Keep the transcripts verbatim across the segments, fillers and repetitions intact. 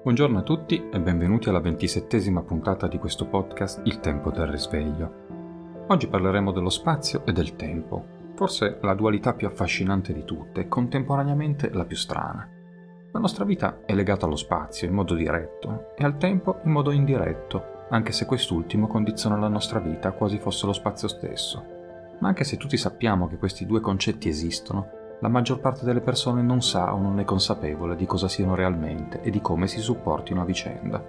Buongiorno a tutti e benvenuti alla ventisettesima puntata di questo podcast Il tempo del risveglio. Oggi parleremo dello spazio e del tempo, forse la dualità più affascinante di tutte e contemporaneamente la più strana. La nostra vita è legata allo spazio in modo diretto e al tempo in modo indiretto, anche se quest'ultimo condiziona la nostra vita quasi fosse lo spazio stesso. Ma anche se tutti sappiamo che questi due concetti esistono, la maggior parte delle persone non sa o non è consapevole di cosa siano realmente e di come si supportino a vicenda.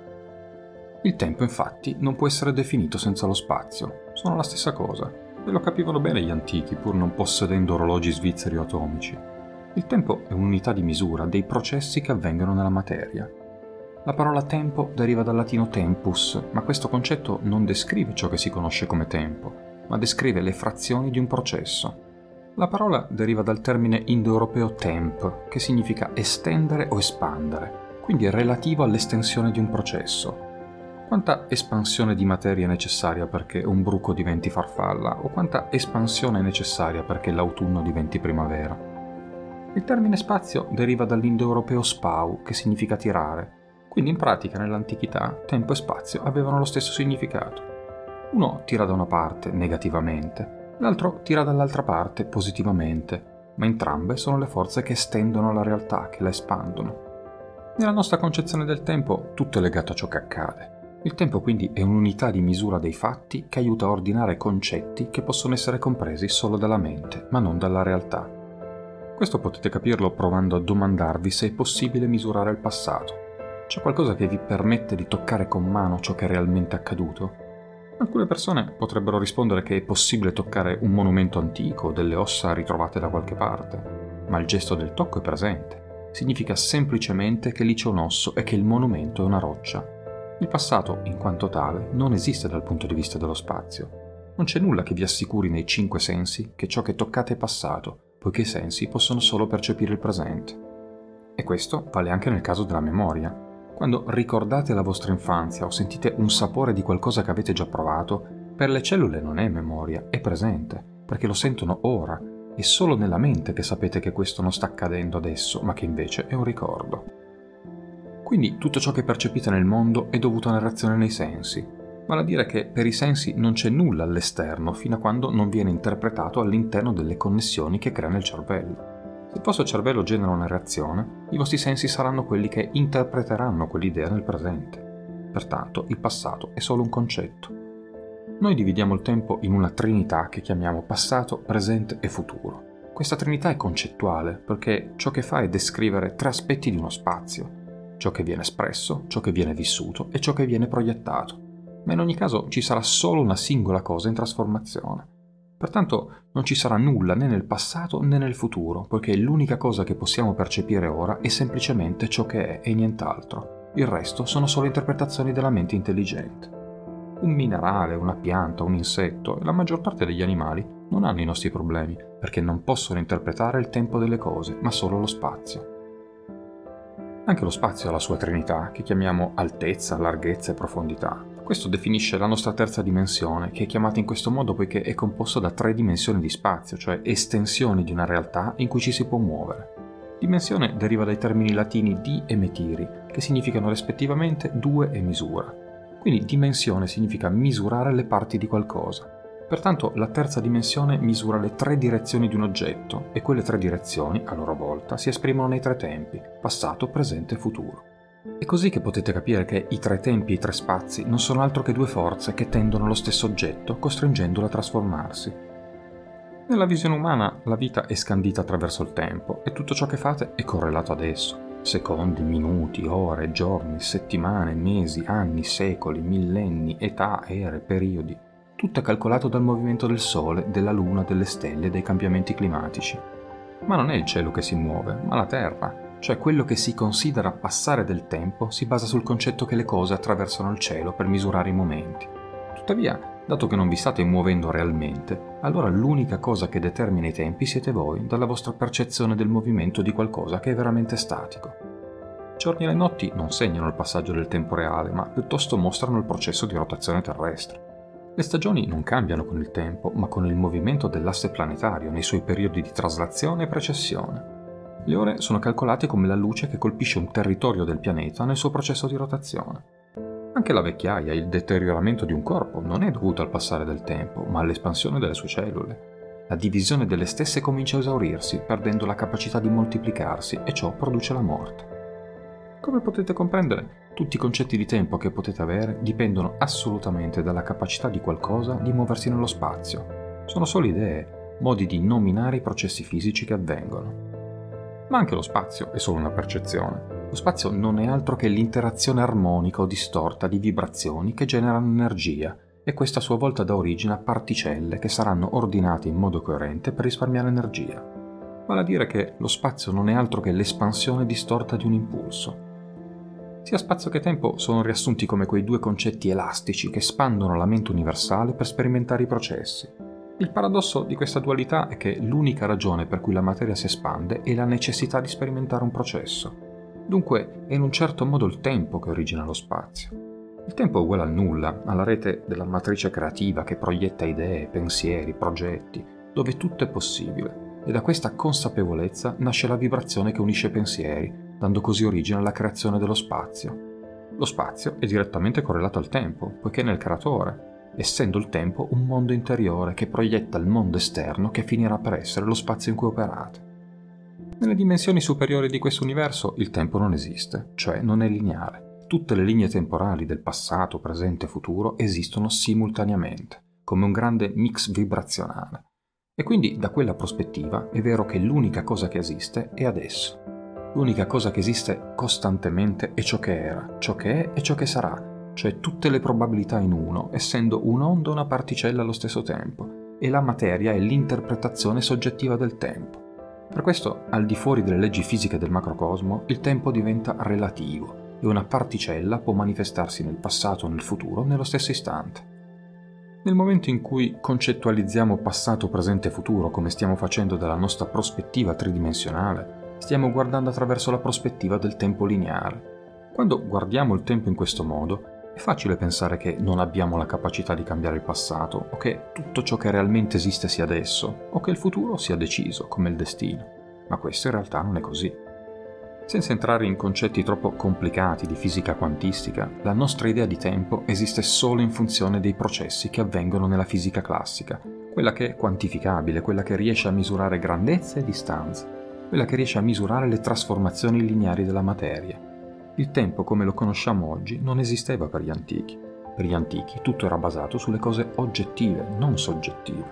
Il tempo, infatti, non può essere definito senza lo spazio, sono la stessa cosa, e lo capivano bene gli antichi, pur non possedendo orologi svizzeri o atomici. Il tempo è un'unità di misura dei processi che avvengono nella materia. La parola tempo deriva dal latino tempus, ma questo concetto non descrive ciò che si conosce come tempo, ma descrive le frazioni di un processo. La parola deriva dal termine indoeuropeo temp, che significa estendere o espandere, quindi è relativo all'estensione di un processo. Quanta espansione di materia è necessaria perché un bruco diventi farfalla, o quanta espansione è necessaria perché l'autunno diventi primavera? Il termine spazio deriva dall'indoeuropeo spau, che significa tirare, quindi in pratica nell'antichità tempo e spazio avevano lo stesso significato. Uno tira da una parte negativamente, l'altro tira dall'altra parte positivamente, ma entrambe sono le forze che estendono la realtà, che la espandono. Nella nostra concezione del tempo tutto è legato a ciò che accade. Il tempo quindi è un'unità di misura dei fatti che aiuta a ordinare concetti che possono essere compresi solo dalla mente, ma non dalla realtà. Questo potete capirlo provando a domandarvi se è possibile misurare il passato. C'è qualcosa che vi permette di toccare con mano ciò che è realmente accaduto? Alcune persone potrebbero rispondere che è possibile toccare un monumento antico o delle ossa ritrovate da qualche parte, ma il gesto del tocco è presente. Significa semplicemente che lì c'è un osso e che il monumento è una roccia. Il passato, in quanto tale, non esiste dal punto di vista dello spazio. Non c'è nulla che vi assicuri nei cinque sensi che ciò che toccate è passato, poiché i sensi possono solo percepire il presente. E questo vale anche nel caso della memoria. Quando ricordate la vostra infanzia o sentite un sapore di qualcosa che avete già provato, per le cellule non è memoria, è presente, perché lo sentono ora, è solo nella mente che sapete che questo non sta accadendo adesso, ma che invece è un ricordo. Quindi tutto ciò che percepite nel mondo è dovuto a una reazione nei sensi, vale a dire che per i sensi non c'è nulla all'esterno fino a quando non viene interpretato all'interno delle connessioni che crea nel cervello. Se il vostro cervello genera una reazione, i vostri sensi saranno quelli che interpreteranno quell'idea nel presente. Pertanto, il passato è solo un concetto. Noi dividiamo il tempo in una trinità che chiamiamo passato, presente e futuro. Questa trinità è concettuale perché ciò che fa è descrivere tre aspetti di uno spazio: ciò che viene espresso, ciò che viene vissuto e ciò che viene proiettato. Ma in ogni caso ci sarà solo una singola cosa in trasformazione. Pertanto non ci sarà nulla né nel passato né nel futuro, poiché l'unica cosa che possiamo percepire ora è semplicemente ciò che è e nient'altro. Il resto sono solo interpretazioni della mente intelligente. Un minerale, una pianta, un insetto e la maggior parte degli animali non hanno i nostri problemi, perché non possono interpretare il tempo delle cose, ma solo lo spazio. Anche lo spazio ha la sua trinità, che chiamiamo altezza, larghezza e profondità. Questo definisce la nostra terza dimensione, che è chiamata in questo modo poiché è composta da tre dimensioni di spazio, cioè estensioni di una realtà in cui ci si può muovere. Dimensione deriva dai termini latini di e metiri, che significano rispettivamente due e misura. Quindi dimensione significa misurare le parti di qualcosa. Pertanto la terza dimensione misura le tre direzioni di un oggetto e quelle tre direzioni, a loro volta, si esprimono nei tre tempi: passato, presente e futuro. È così che potete capire che i tre tempi e i tre spazi non sono altro che due forze che tendono allo stesso oggetto, costringendolo a trasformarsi. Nella visione umana la vita è scandita attraverso il tempo e tutto ciò che fate è correlato ad esso. Secondi, minuti, ore, giorni, settimane, mesi, anni, secoli, millenni, età, ere, periodi. Tutto è calcolato dal movimento del Sole, della Luna, delle stelle e dei cambiamenti climatici. Ma non è il cielo che si muove, ma la Terra. Cioè quello che si considera passare del tempo si basa sul concetto che le cose attraversano il cielo per misurare i momenti. Tuttavia, dato che non vi state muovendo realmente, allora l'unica cosa che determina i tempi siete voi, dalla vostra percezione del movimento di qualcosa che è veramente statico. I giorni e le notti non segnano il passaggio del tempo reale, ma piuttosto mostrano il processo di rotazione terrestre. Le stagioni non cambiano con il tempo, ma con il movimento dell'asse planetario nei suoi periodi di traslazione e precessione. Le ore sono calcolate come la luce che colpisce un territorio del pianeta nel suo processo di rotazione. Anche la vecchiaia, il deterioramento di un corpo, non è dovuto al passare del tempo, ma all'espansione delle sue cellule. La divisione delle stesse comincia a esaurirsi, perdendo la capacità di moltiplicarsi, e ciò produce la morte. Come potete comprendere, tutti i concetti di tempo che potete avere dipendono assolutamente dalla capacità di qualcosa di muoversi nello spazio. Sono solo idee, modi di nominare i processi fisici che avvengono. Ma anche lo spazio è solo una percezione. Lo spazio non è altro che l'interazione armonica o distorta di vibrazioni che generano energia, e questa a sua volta dà origine a particelle che saranno ordinate in modo coerente per risparmiare energia. Vale a dire che lo spazio non è altro che l'espansione distorta di un impulso. Sia spazio che tempo sono riassunti come quei due concetti elastici che espandono la mente universale per sperimentare i processi. Il paradosso di questa dualità è che l'unica ragione per cui la materia si espande è la necessità di sperimentare un processo. Dunque è in un certo modo il tempo che origina lo spazio. Il tempo è uguale al nulla, alla rete della matrice creativa che proietta idee, pensieri, progetti, dove tutto è possibile, e da questa consapevolezza nasce la vibrazione che unisce pensieri, dando così origine alla creazione dello spazio. Lo spazio è direttamente correlato al tempo, poiché è nel creatore, essendo il tempo un mondo interiore che proietta il mondo esterno che finirà per essere lo spazio in cui operate. Nelle dimensioni superiori di questo universo il tempo non esiste, cioè non è lineare. Tutte le linee temporali del passato, presente e futuro esistono simultaneamente, come un grande mix vibrazionale. E quindi da quella prospettiva è vero che l'unica cosa che esiste è adesso. L'unica cosa che esiste costantemente è ciò che era, ciò che è e ciò che sarà, cioè tutte le probabilità in uno, essendo un'onda o una particella allo stesso tempo, e la materia è l'interpretazione soggettiva del tempo. Per questo, al di fuori delle leggi fisiche del macrocosmo, il tempo diventa relativo e una particella può manifestarsi nel passato o nel futuro nello stesso istante. Nel momento in cui concettualizziamo passato, presente e futuro come stiamo facendo dalla nostra prospettiva tridimensionale, stiamo guardando attraverso la prospettiva del tempo lineare. Quando guardiamo il tempo in questo modo, è facile pensare che non abbiamo la capacità di cambiare il passato, o che tutto ciò che realmente esiste sia adesso, o che il futuro sia deciso, come il destino. Ma questo in realtà non è così. Senza entrare in concetti troppo complicati di fisica quantistica, la nostra idea di tempo esiste solo in funzione dei processi che avvengono nella fisica classica, quella che è quantificabile, quella che riesce a misurare grandezza e distanza, quella che riesce a misurare le trasformazioni lineari della materia. Il tempo come lo conosciamo oggi non esisteva per gli antichi. Per gli antichi tutto era basato sulle cose oggettive, non soggettive.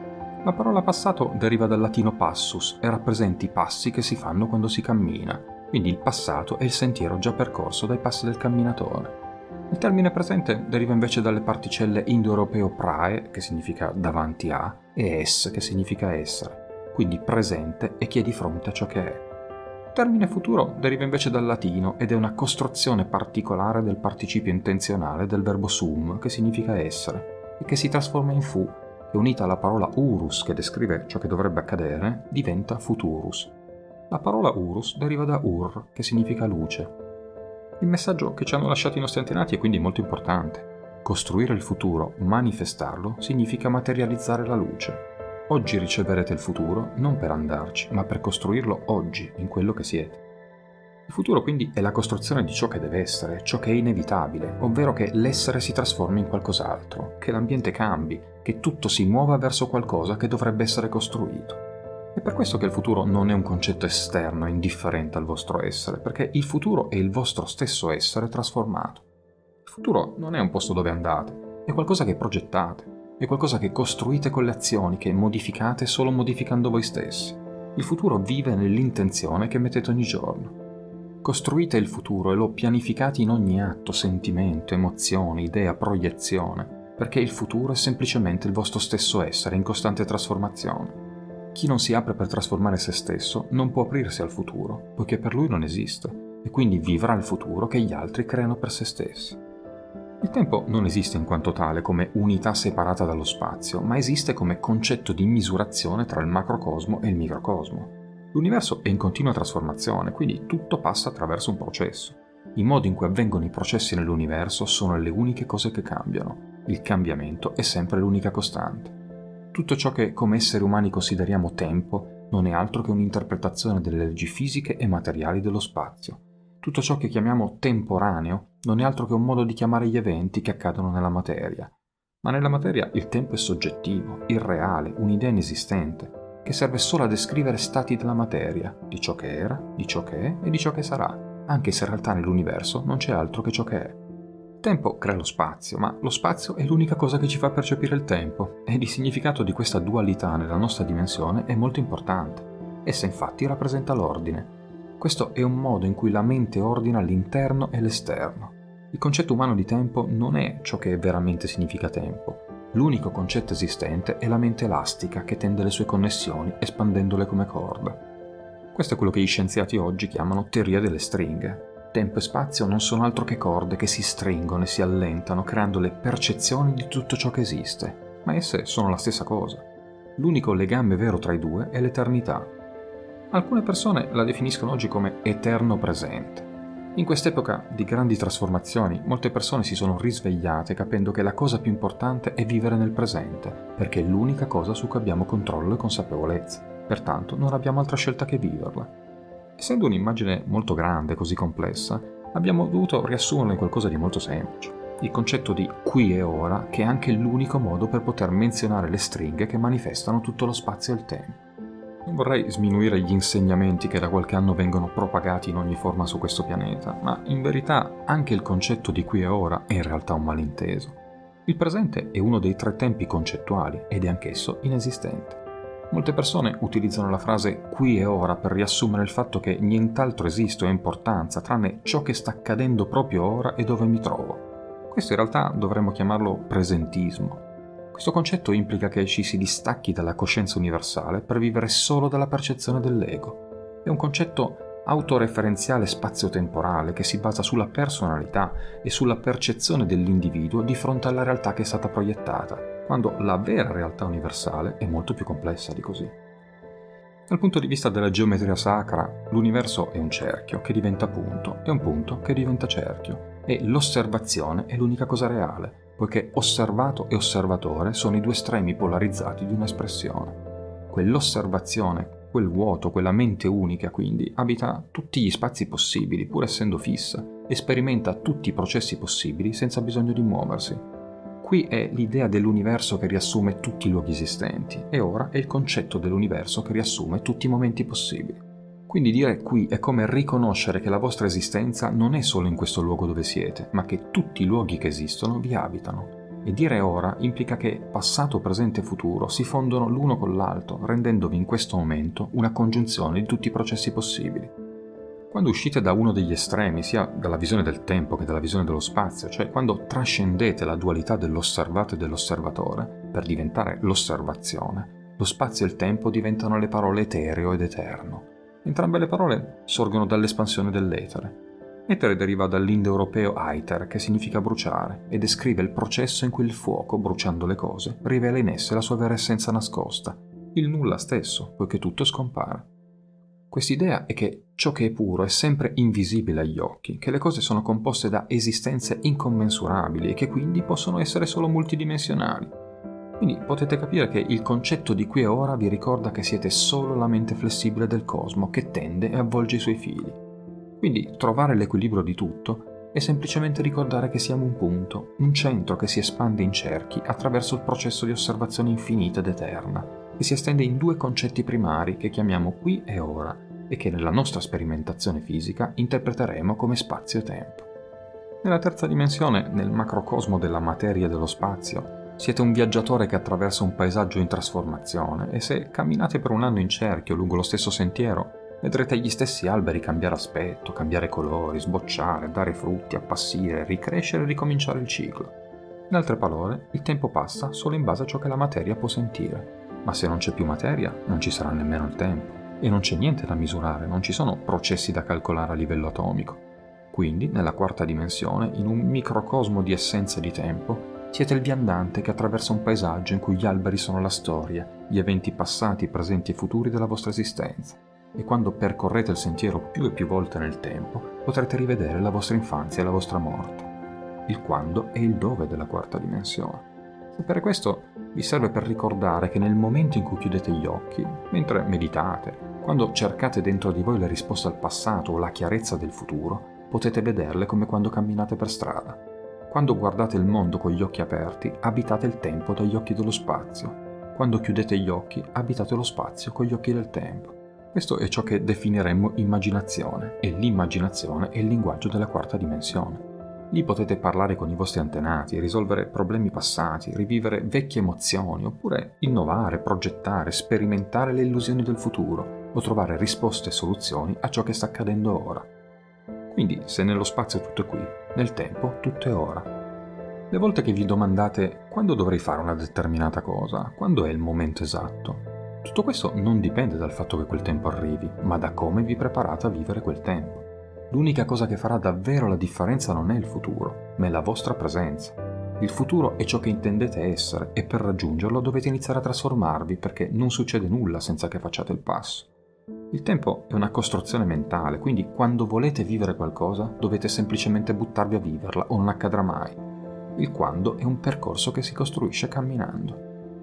La parola passato deriva dal latino passus e rappresenta i passi che si fanno quando si cammina, quindi il passato è il sentiero già percorso dai passi del camminatore. Il termine presente deriva invece dalle particelle indoeuropeo prae, che significa davanti a, e es, che significa essere, quindi presente e chi è di fronte a ciò che è. Il termine futuro deriva invece dal latino ed è una costruzione particolare del participio intenzionale del verbo sum, che significa essere, e che si trasforma in fu, e unita alla parola urus, che descrive ciò che dovrebbe accadere, diventa futurus. La parola urus deriva da ur, che significa luce. Il messaggio che ci hanno lasciato i nostri antenati è quindi molto importante. Costruire il futuro, manifestarlo, significa materializzare la luce. Oggi riceverete il futuro non per andarci, ma per costruirlo oggi, in quello che siete. Il futuro quindi è la costruzione di ciò che deve essere, ciò che è inevitabile, ovvero che l'essere si trasformi in qualcos'altro, che l'ambiente cambi, che tutto si muova verso qualcosa che dovrebbe essere costruito. È per questo che il futuro non è un concetto esterno e indifferente al vostro essere, perché il futuro è il vostro stesso essere trasformato. Il futuro non è un posto dove andate, è qualcosa che progettate. È qualcosa che costruite con le azioni, che modificate solo modificando voi stessi. Il futuro vive nell'intenzione che mettete ogni giorno. Costruite il futuro e lo pianificate in ogni atto, sentimento, emozione, idea, proiezione, perché il futuro è semplicemente il vostro stesso essere in costante trasformazione. Chi non si apre per trasformare se stesso non può aprirsi al futuro, poiché per lui non esiste, e quindi vivrà il futuro che gli altri creano per se stessi. Il tempo non esiste in quanto tale come unità separata dallo spazio, ma esiste come concetto di misurazione tra il macrocosmo e il microcosmo. L'universo è in continua trasformazione, quindi tutto passa attraverso un processo. I modi in cui avvengono i processi nell'universo sono le uniche cose che cambiano. Il cambiamento è sempre l'unica costante. Tutto ciò che come esseri umani consideriamo tempo non è altro che un'interpretazione delle leggi fisiche e materiali dello spazio. Tutto ciò che chiamiamo temporaneo non è altro che un modo di chiamare gli eventi che accadono nella materia. Ma nella materia il tempo è soggettivo, irreale, un'idea inesistente, che serve solo a descrivere stati della materia, di ciò che era, di ciò che è e di ciò che sarà, anche se in realtà nell'universo non c'è altro che ciò che è. Il tempo crea lo spazio, ma lo spazio è l'unica cosa che ci fa percepire il tempo, e il significato di questa dualità nella nostra dimensione è molto importante. Essa infatti rappresenta l'ordine. Questo è un modo in cui la mente ordina l'interno e l'esterno. Il concetto umano di tempo non è ciò che veramente significa tempo. L'unico concetto esistente è la mente elastica che tende le sue connessioni espandendole come corda. Questo è quello che gli scienziati oggi chiamano teoria delle stringhe. Tempo e spazio non sono altro che corde che si stringono e si allentano creando le percezioni di tutto ciò che esiste, ma esse sono la stessa cosa. L'unico legame vero tra i due è l'eternità. Alcune persone la definiscono oggi come eterno presente. In quest'epoca di grandi trasformazioni, molte persone si sono risvegliate capendo che la cosa più importante è vivere nel presente, perché è l'unica cosa su cui abbiamo controllo e consapevolezza. Pertanto non abbiamo altra scelta che viverla. Essendo un'immagine molto grande e così complessa, abbiamo dovuto riassumerla in qualcosa di molto semplice. Il concetto di qui e ora, che è anche l'unico modo per poter menzionare le stringhe che manifestano tutto lo spazio e il tempo. Non vorrei sminuire gli insegnamenti che da qualche anno vengono propagati in ogni forma su questo pianeta, ma in verità anche il concetto di qui e ora è in realtà un malinteso. Il presente è uno dei tre tempi concettuali ed è anch'esso inesistente. Molte persone utilizzano la frase qui e ora per riassumere il fatto che nient'altro esiste o ha importanza tranne ciò che sta accadendo proprio ora e dove mi trovo. Questo in realtà dovremmo chiamarlo presentismo. Questo concetto implica che ci si distacchi dalla coscienza universale per vivere solo dalla percezione dell'ego. È un concetto autoreferenziale spazio-temporale che si basa sulla personalità e sulla percezione dell'individuo di fronte alla realtà che è stata proiettata, quando la vera realtà universale è molto più complessa di così. Dal punto di vista della geometria sacra, l'universo è un cerchio che diventa punto e un punto che diventa cerchio, e l'osservazione è l'unica cosa reale, poiché osservato e osservatore sono i due estremi polarizzati di un'espressione. Quell'osservazione, quel vuoto, quella mente unica, quindi, abita tutti gli spazi possibili, pur essendo fissa, e sperimenta tutti i processi possibili senza bisogno di muoversi. Qui è l'idea dell'universo che riassume tutti i luoghi esistenti, e ora è il concetto dell'universo che riassume tutti i momenti possibili. Quindi dire qui è come riconoscere che la vostra esistenza non è solo in questo luogo dove siete, ma che tutti i luoghi che esistono vi abitano. E dire ora implica che passato, presente e futuro si fondono l'uno con l'altro, rendendovi in questo momento una congiunzione di tutti i processi possibili. Quando uscite da uno degli estremi, sia dalla visione del tempo che dalla visione dello spazio, cioè quando trascendete la dualità dell'osservato e dell'osservatore per diventare l'osservazione, lo spazio e il tempo diventano le parole etereo ed eterno. Entrambe le parole sorgono dall'espansione dell'etere. Etere deriva dall'indoeuropeo aiter, che significa bruciare, e descrive il processo in cui il fuoco, bruciando le cose, rivela in esse la sua vera essenza nascosta, il nulla stesso, poiché tutto scompare. Quest'idea è che ciò che è puro è sempre invisibile agli occhi, che le cose sono composte da esistenze incommensurabili e che quindi possono essere solo multidimensionali. Quindi potete capire che il concetto di qui e ora vi ricorda che siete solo la mente flessibile del cosmo che tende e avvolge i suoi fili. Quindi trovare l'equilibrio di tutto è semplicemente ricordare che siamo un punto, un centro che si espande in cerchi attraverso il processo di osservazione infinita ed eterna, che si estende in due concetti primari che chiamiamo qui e ora e che nella nostra sperimentazione fisica interpreteremo come spazio e tempo. Nella terza dimensione, nel macrocosmo della materia e dello spazio, siete un viaggiatore che attraversa un paesaggio in trasformazione e se camminate per un anno in cerchio lungo lo stesso sentiero, vedrete gli stessi alberi cambiare aspetto, cambiare colori, sbocciare, dare frutti, appassire, ricrescere e ricominciare il ciclo. In altre parole, il tempo passa solo in base a ciò che la materia può sentire. Ma se non c'è più materia, non ci sarà nemmeno il tempo. E non c'è niente da misurare, non ci sono processi da calcolare a livello atomico. Quindi, nella quarta dimensione, in un microcosmo di essenza di tempo, siete il viandante che attraversa un paesaggio in cui gli alberi sono la storia, gli eventi passati, presenti e futuri della vostra esistenza. E quando percorrete il sentiero più e più volte nel tempo, potrete rivedere la vostra infanzia e la vostra morte. Il quando e il dove della quarta dimensione. E per questo vi serve per ricordare che nel momento in cui chiudete gli occhi, mentre meditate, quando cercate dentro di voi le risposte al passato o la chiarezza del futuro, potete vederle come quando camminate per strada. Quando guardate il mondo con gli occhi aperti, abitate il tempo dagli occhi dello spazio. Quando chiudete gli occhi, abitate lo spazio con gli occhi del tempo. Questo è ciò che definiremmo immaginazione, e l'immaginazione è il linguaggio della quarta dimensione. Lì potete parlare con i vostri antenati, risolvere problemi passati, rivivere vecchie emozioni, oppure innovare, progettare, sperimentare le illusioni del futuro, o trovare risposte e soluzioni a ciò che sta accadendo ora. Quindi, se nello spazio tutto è qui, nel tempo tutto è ora. Le volte che vi domandate quando dovrei fare una determinata cosa, quando è il momento esatto, tutto questo non dipende dal fatto che quel tempo arrivi, ma da come vi preparate a vivere quel tempo. L'unica cosa che farà davvero la differenza non è il futuro, ma è la vostra presenza. Il futuro è ciò che intendete essere e per raggiungerlo dovete iniziare a trasformarvi perché non succede nulla senza che facciate il passo. Il tempo è una costruzione mentale, quindi quando volete vivere qualcosa dovete semplicemente buttarvi a viverla o non accadrà mai. Il quando è un percorso che si costruisce camminando.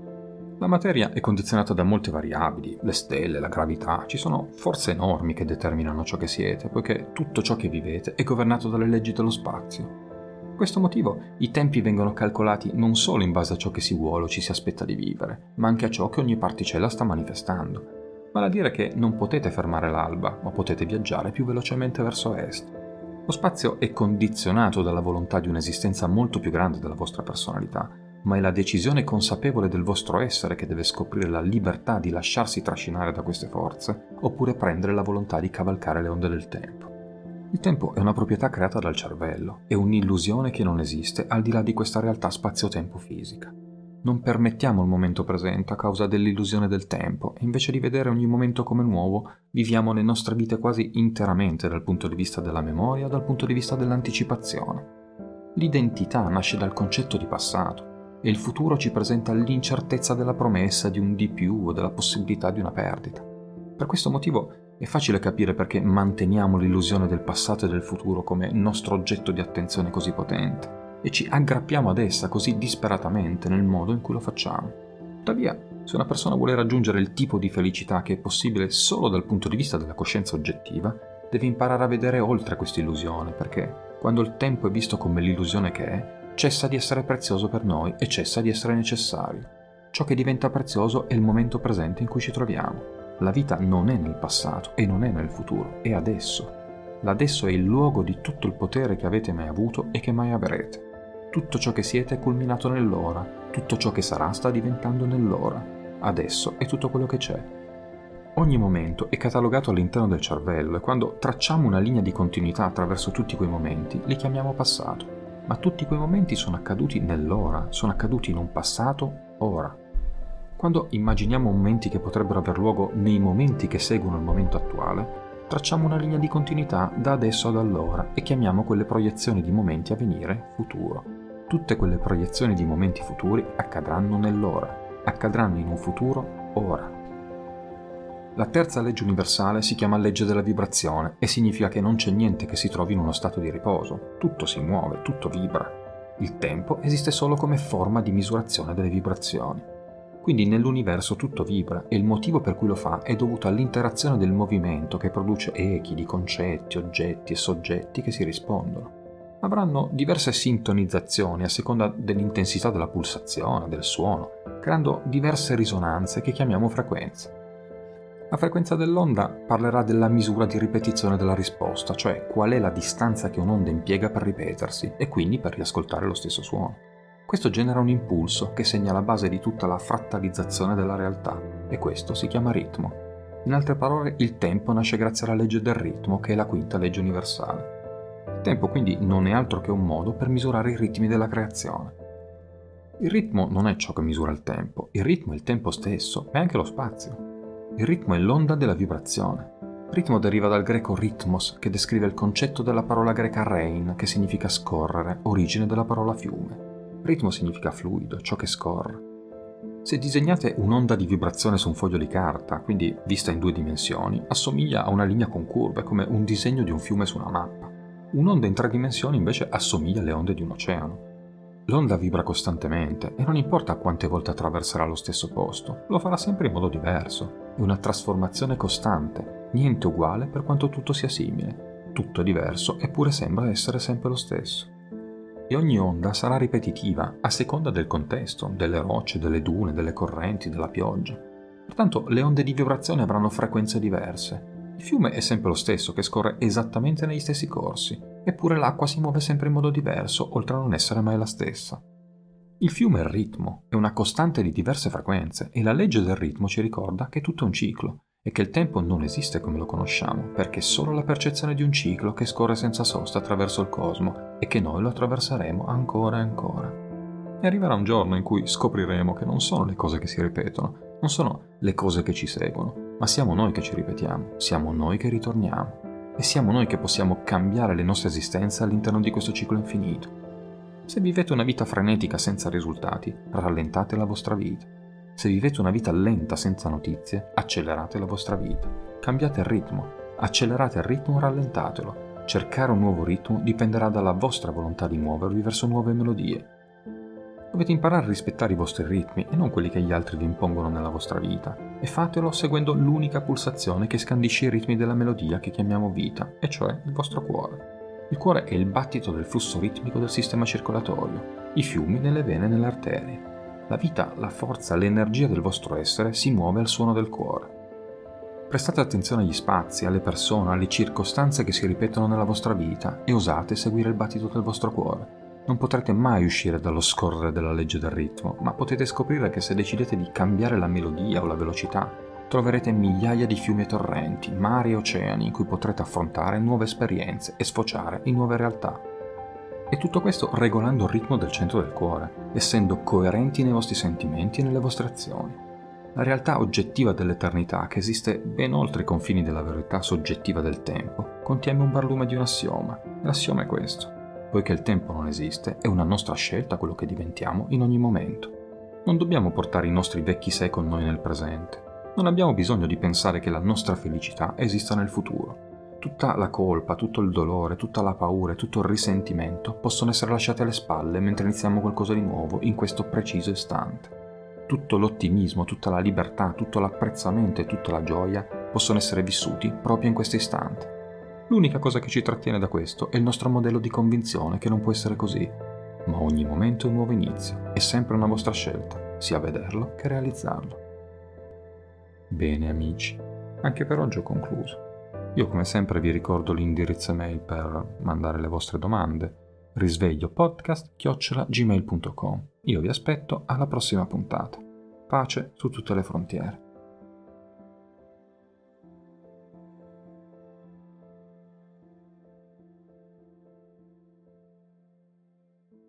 La materia è condizionata da molte variabili, le stelle, la gravità, ci sono forze enormi che determinano ciò che siete, poiché tutto ciò che vivete è governato dalle leggi dello spazio. Per questo motivo i tempi vengono calcolati non solo in base a ciò che si vuole o ci si aspetta di vivere, ma anche a ciò che ogni particella sta manifestando. Vale a dire che non potete fermare l'alba, ma potete viaggiare più velocemente verso est. Lo spazio è condizionato dalla volontà di un'esistenza molto più grande della vostra personalità, ma è la decisione consapevole del vostro essere che deve scoprire la libertà di lasciarsi trascinare da queste forze, oppure prendere la volontà di cavalcare le onde del tempo. Il tempo è una proprietà creata dal cervello, è un'illusione che non esiste al di là di questa realtà spazio-tempo fisica. Non permettiamo il momento presente a causa dell'illusione del tempo e invece di vedere ogni momento come nuovo, viviamo le nostre vite quasi interamente dal punto di vista della memoria, dal punto di vista dell'anticipazione. L'identità nasce dal concetto di passato e il futuro ci presenta l'incertezza della promessa di un di più o della possibilità di una perdita. Per questo motivo è facile capire perché manteniamo l'illusione del passato e del futuro come nostro oggetto di attenzione così potente e ci aggrappiamo ad essa così disperatamente nel modo in cui lo facciamo. Tuttavia, se una persona vuole raggiungere il tipo di felicità che è possibile solo dal punto di vista della coscienza oggettiva, deve imparare a vedere oltre questa illusione, perché quando il tempo è visto come l'illusione che è, cessa di essere prezioso per noi e cessa di essere necessario. Ciò che diventa prezioso è il momento presente in cui ci troviamo. La vita non è nel passato e non è nel futuro, è adesso. L'adesso è il luogo di tutto il potere che avete mai avuto e che mai avrete. Tutto ciò che siete è culminato nell'ora, tutto ciò che sarà sta diventando nell'ora. Adesso è tutto quello che c'è. Ogni momento è catalogato all'interno del cervello e quando tracciamo una linea di continuità attraverso tutti quei momenti, li chiamiamo passato. Ma tutti quei momenti sono accaduti nell'ora, sono accaduti in un passato ora. Quando immaginiamo momenti che potrebbero aver luogo nei momenti che seguono il momento attuale, tracciamo una linea di continuità da adesso ad allora e chiamiamo quelle proiezioni di momenti a venire futuro. Tutte quelle proiezioni di momenti futuri accadranno nell'ora, accadranno in un futuro ora. La terza legge universale si chiama legge della vibrazione e significa che non c'è niente che si trovi in uno stato di riposo, tutto si muove, tutto vibra. Il tempo esiste solo come forma di misurazione delle vibrazioni. Quindi nell'universo tutto vibra e il motivo per cui lo fa è dovuto all'interazione del movimento che produce echi di concetti, oggetti e soggetti che si rispondono. Avranno diverse sintonizzazioni a seconda dell'intensità della pulsazione, del suono, creando diverse risonanze che chiamiamo frequenze. La frequenza dell'onda parlerà della misura di ripetizione della risposta, cioè qual è la distanza che un'onda impiega per ripetersi e quindi per riascoltare lo stesso suono. Questo genera un impulso che segna la base di tutta la frattalizzazione della realtà e questo si chiama ritmo. In altre parole, il tempo nasce grazie alla legge del ritmo, che è la quinta legge universale. Il tempo quindi non è altro che un modo per misurare i ritmi della creazione. Il ritmo non è ciò che misura il tempo, il ritmo è il tempo stesso, ma è anche lo spazio. Il ritmo è l'onda della vibrazione. Ritmo deriva dal greco ritmos, che descrive il concetto della parola greca rein, che significa scorrere, origine della parola fiume. Ritmo significa fluido, ciò che scorre. Se disegnate un'onda di vibrazione su un foglio di carta, quindi vista in due dimensioni, assomiglia a una linea con curve, come un disegno di un fiume su una mappa. Un'onda in tre dimensioni invece assomiglia alle onde di un oceano. L'onda vibra costantemente e non importa quante volte attraverserà lo stesso posto, lo farà sempre in modo diverso. È una trasformazione costante, niente uguale per quanto tutto sia simile. Tutto è diverso eppure sembra essere sempre lo stesso. E ogni onda sarà ripetitiva a seconda del contesto, delle rocce, delle dune, delle correnti, della pioggia. Pertanto le onde di vibrazione avranno frequenze diverse. Il fiume è sempre lo stesso, che scorre esattamente negli stessi corsi, eppure l'acqua si muove sempre in modo diverso, oltre a non essere mai la stessa. Il fiume è il ritmo, è una costante di diverse frequenze, e la legge del ritmo ci ricorda che tutto è un ciclo, e che il tempo non esiste come lo conosciamo, perché è solo la percezione di un ciclo che scorre senza sosta attraverso il cosmo, e che noi lo attraverseremo ancora e ancora. E arriverà un giorno in cui scopriremo che non sono le cose che si ripetono, non sono le cose che ci seguono, ma siamo noi che ci ripetiamo, siamo noi che ritorniamo, e siamo noi che possiamo cambiare le nostre esistenze all'interno di questo ciclo infinito. Se vivete una vita frenetica senza risultati, rallentate la vostra vita. Se vivete una vita lenta senza notizie, accelerate la vostra vita. Cambiate il ritmo, accelerate il ritmo o rallentatelo. Cercare un nuovo ritmo dipenderà dalla vostra volontà di muovervi verso nuove melodie. Dovete imparare a rispettare i vostri ritmi e non quelli che gli altri vi impongono nella vostra vita, e fatelo seguendo l'unica pulsazione che scandisce i ritmi della melodia che chiamiamo vita, e cioè il vostro cuore. Il cuore è il battito del flusso ritmico del sistema circolatorio, i fiumi nelle vene e nelle arterie. La vita, la forza, l'energia del vostro essere si muove al suono del cuore. Prestate attenzione agli spazi, alle persone, alle circostanze che si ripetono nella vostra vita e osate seguire il battito del vostro cuore. Non potrete mai uscire dallo scorrere della legge del ritmo, ma potete scoprire che se decidete di cambiare la melodia o la velocità, troverete migliaia di fiumi e torrenti, mari e oceani in cui potrete affrontare nuove esperienze e sfociare in nuove realtà. E tutto questo regolando il ritmo del centro del cuore, essendo coerenti nei vostri sentimenti e nelle vostre azioni. La realtà oggettiva dell'eternità, che esiste ben oltre i confini della verità soggettiva del tempo, contiene un barlume di un assioma, e l'assioma è questo. Poiché il tempo non esiste, è una nostra scelta quello che diventiamo in ogni momento. Non dobbiamo portare i nostri vecchi sé con noi nel presente. Non abbiamo bisogno di pensare che la nostra felicità esista nel futuro. Tutta la colpa, tutto il dolore, tutta la paura e tutto il risentimento possono essere lasciati alle spalle mentre iniziamo qualcosa di nuovo in questo preciso istante. Tutto l'ottimismo, tutta la libertà, tutto l'apprezzamento e tutta la gioia possono essere vissuti proprio in questo istante. L'unica cosa che ci trattiene da questo è il nostro modello di convinzione che non può essere così, ma ogni momento è un nuovo inizio, è sempre una vostra scelta, sia vederlo che realizzarlo. Bene amici, anche per oggi ho concluso. Io come sempre vi ricordo l'indirizzo email per mandare le vostre domande, risvegliopodcast chiocciola gmail punto com. Io vi aspetto alla prossima puntata. Pace su tutte le frontiere.